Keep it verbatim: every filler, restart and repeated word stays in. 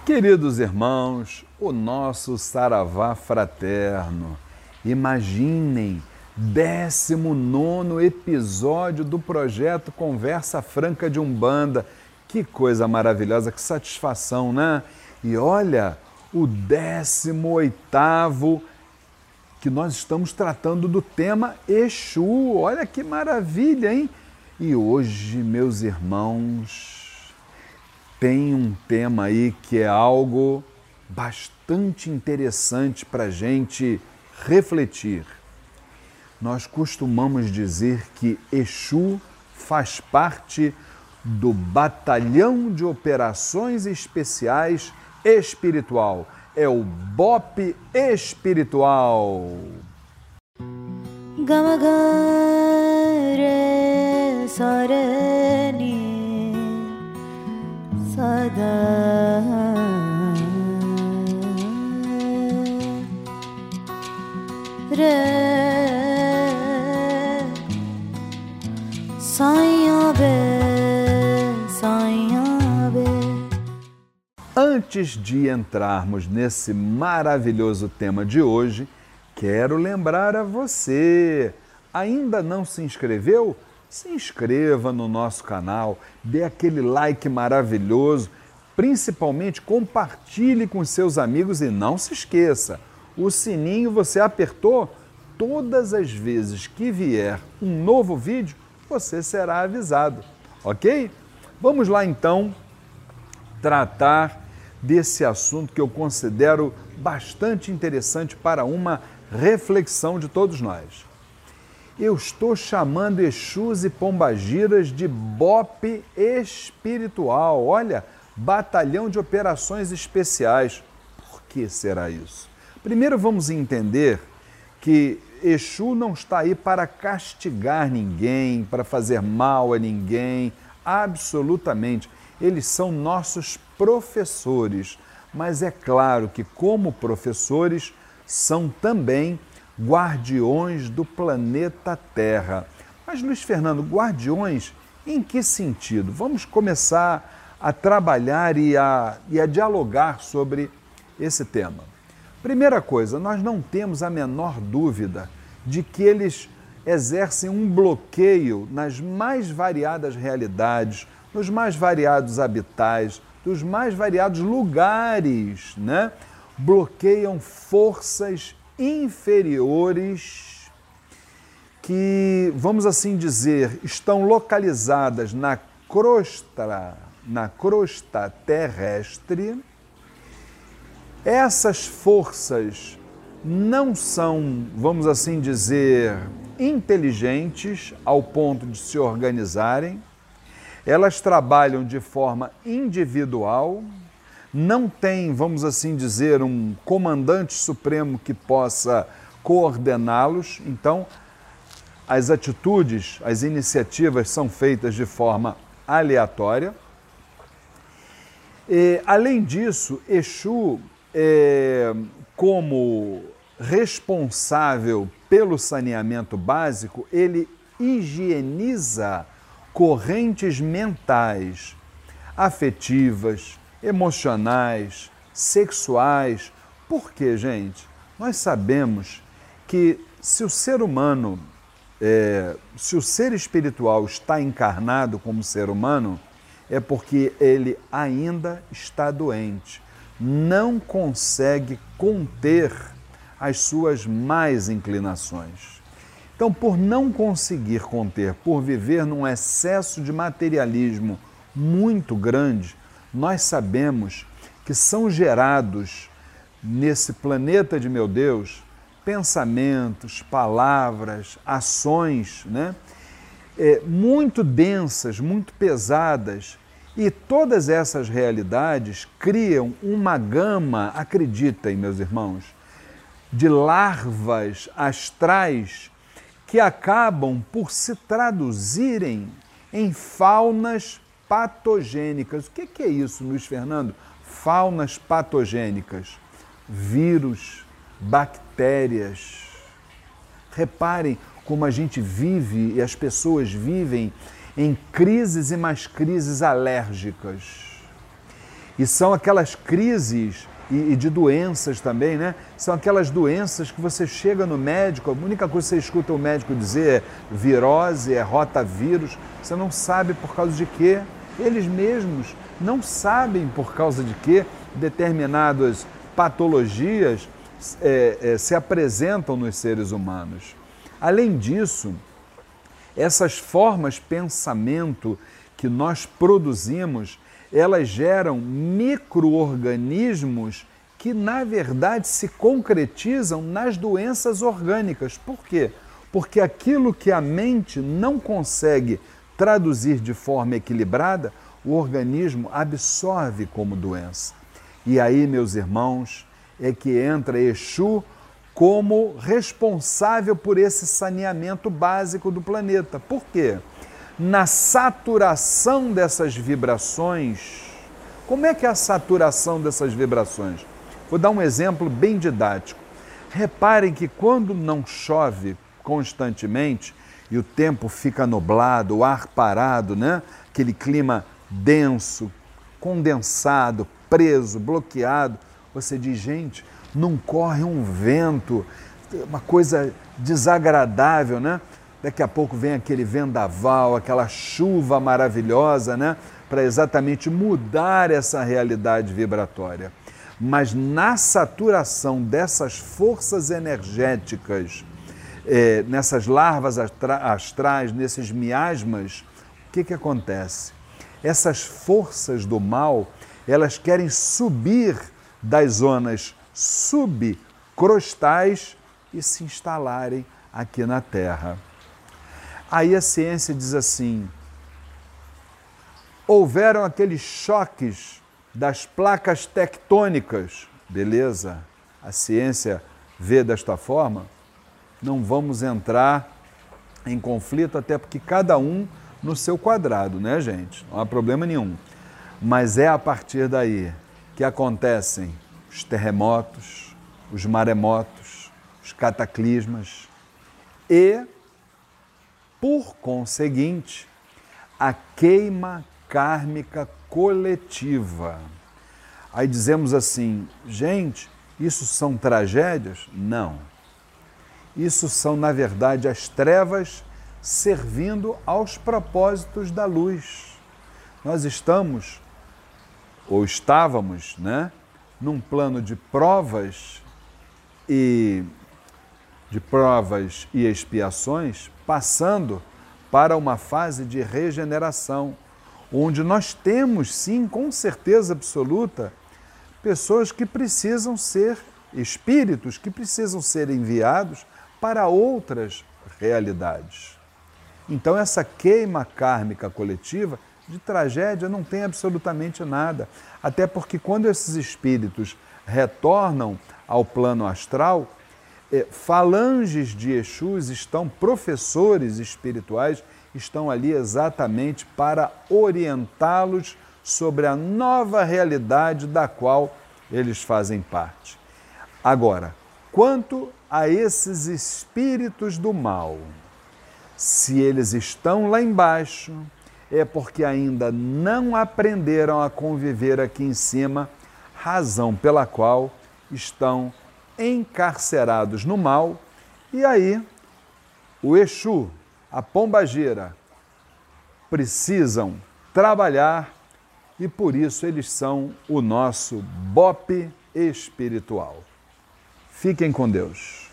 Queridos irmãos, o nosso Saravá fraterno, imaginem, décimo nono episódio do projeto Conversa Franca de Umbanda. Que coisa maravilhosa, que satisfação, né? E olha, o décimo oitavo que nós estamos tratando do tema Exu. Olha que maravilha, hein? E hoje, meus irmãos, tem um tema aí que é algo bastante interessante para a gente refletir. Nós costumamos dizer que Exu faz parte do Batalhão de Operações Especiais Espiritual. É o B O P espiritual. Gamagare sarani sada re saia be saia be. Antes de entrarmos nesse maravilhoso tema de hoje, quero lembrar a você, ainda não se inscreveu? Se inscreva no nosso canal, dê aquele like maravilhoso, principalmente compartilhe com seus amigos e não se esqueça, o sininho você apertou? Todas as vezes que vier um novo vídeo, você será avisado, ok? Vamos lá então tratar desse assunto que eu considero bastante interessante para uma reflexão de todos nós. Eu estou chamando Exus e Pombagiras de B O P espiritual. Olha, Batalhão de Operações Especiais. Por que será isso? Primeiro vamos entender que Exu não está aí para castigar ninguém, para fazer mal a ninguém, absolutamente. Eles são nossos professores, mas é claro que como professores são também guardiões do planeta Terra. Mas, Luiz Fernando, guardiões em que sentido? Vamos começar a trabalhar e a, e a dialogar sobre esse tema. Primeira coisa, nós não temos a menor dúvida de que eles exercem um bloqueio nas mais variadas realidades, nos mais variados habitais, dos mais variados lugares, né? Bloqueiam forças inferiores que, vamos assim dizer, estão localizadas na crosta, na crosta terrestre. Essas forças não são, vamos assim dizer, inteligentes ao ponto de se organizarem. Elas trabalham de forma individual, não tem, vamos assim dizer, um comandante supremo que possa coordená-los. Então, as atitudes, as iniciativas são feitas de forma aleatória. E, além disso, Exu, é, como responsável pelo saneamento básico, ele higieniza correntes mentais, afetivas, emocionais, sexuais. Por quê, gente? Nós sabemos que se o ser humano, é, se o ser espiritual está encarnado como ser humano, é porque ele ainda está doente, não consegue conter as suas más inclinações. Então, por não conseguir conter, por viver num excesso de materialismo muito grande, nós sabemos que são gerados nesse planeta de meu Deus pensamentos, palavras, ações, né? É, muito densas, muito pesadas, e todas essas realidades criam uma gama, acreditem, meus irmãos, de larvas astrais que acabam por se traduzirem em faunas patogênicas. O que é isso, Luiz Fernando? Faunas patogênicas, vírus, bactérias. Reparem como a gente vive e as pessoas vivem em crises e mais crises alérgicas. E são aquelas crises e, e de doenças também, né? São aquelas doenças que você chega no médico, a única coisa que você escuta o médico dizer é virose, é rotavírus, você não sabe por causa de quê. Eles mesmos não sabem por causa de quê determinadas patologias é, é, se apresentam nos seres humanos. Além disso, essas formas de pensamento que nós produzimos, elas geram micro-organismos que, na verdade, se concretizam nas doenças orgânicas. Por quê? Porque aquilo que a mente não consegue traduzir de forma equilibrada, o organismo absorve como doença. E aí, meus irmãos, é que entra Exu como responsável por esse saneamento básico do planeta. Por quê? Na saturação dessas vibrações, como é que é a saturação dessas vibrações? Vou dar um exemplo bem didático. Reparem que quando não chove constantemente e o tempo fica nublado, o ar parado, né? Aquele clima denso, condensado, preso, bloqueado, você diz, gente, não corre um vento, uma coisa desagradável, né? Daqui a pouco vem aquele vendaval, aquela chuva maravilhosa, né? Para exatamente mudar essa realidade vibratória. Mas na saturação dessas forças energéticas, é, nessas larvas astrais, nesses miasmas, o que que acontece? Essas forças do mal, elas querem subir das zonas subcrostais e se instalarem aqui na Terra. Aí a ciência diz assim, houveram aqueles choques das placas tectônicas, beleza? A ciência vê desta forma, não vamos entrar em conflito, até porque cada um no seu quadrado, né, gente? Não há problema nenhum. Mas é a partir daí que acontecem os terremotos, os maremotos, os cataclismas e, por conseguinte, a queima kármica coletiva. Aí dizemos assim, gente, isso são tragédias? Não. Isso são, na verdade, as trevas servindo aos propósitos da luz. Nós estamos, ou estávamos, né, num plano de provas e de provas e expiações, passando para uma fase de regeneração, onde nós temos, sim, com certeza absoluta, pessoas que precisam ser, espíritos que precisam ser enviados para outras realidades. Então, essa queima kármica coletiva, de tragédia, não tem absolutamente nada. Até porque quando esses espíritos retornam ao plano astral, eh, falanges de Exus estão, professores espirituais, estão ali exatamente para orientá-los sobre a nova realidade da qual eles fazem parte. Agora, quanto a esses espíritos do mal, se eles estão lá embaixo, é porque ainda não aprenderam a conviver aqui em cima, razão pela qual estão encarcerados no mal, e aí o Exu, a pombagira, precisam trabalhar e por isso eles são o nosso bope espiritual. Fiquem com Deus.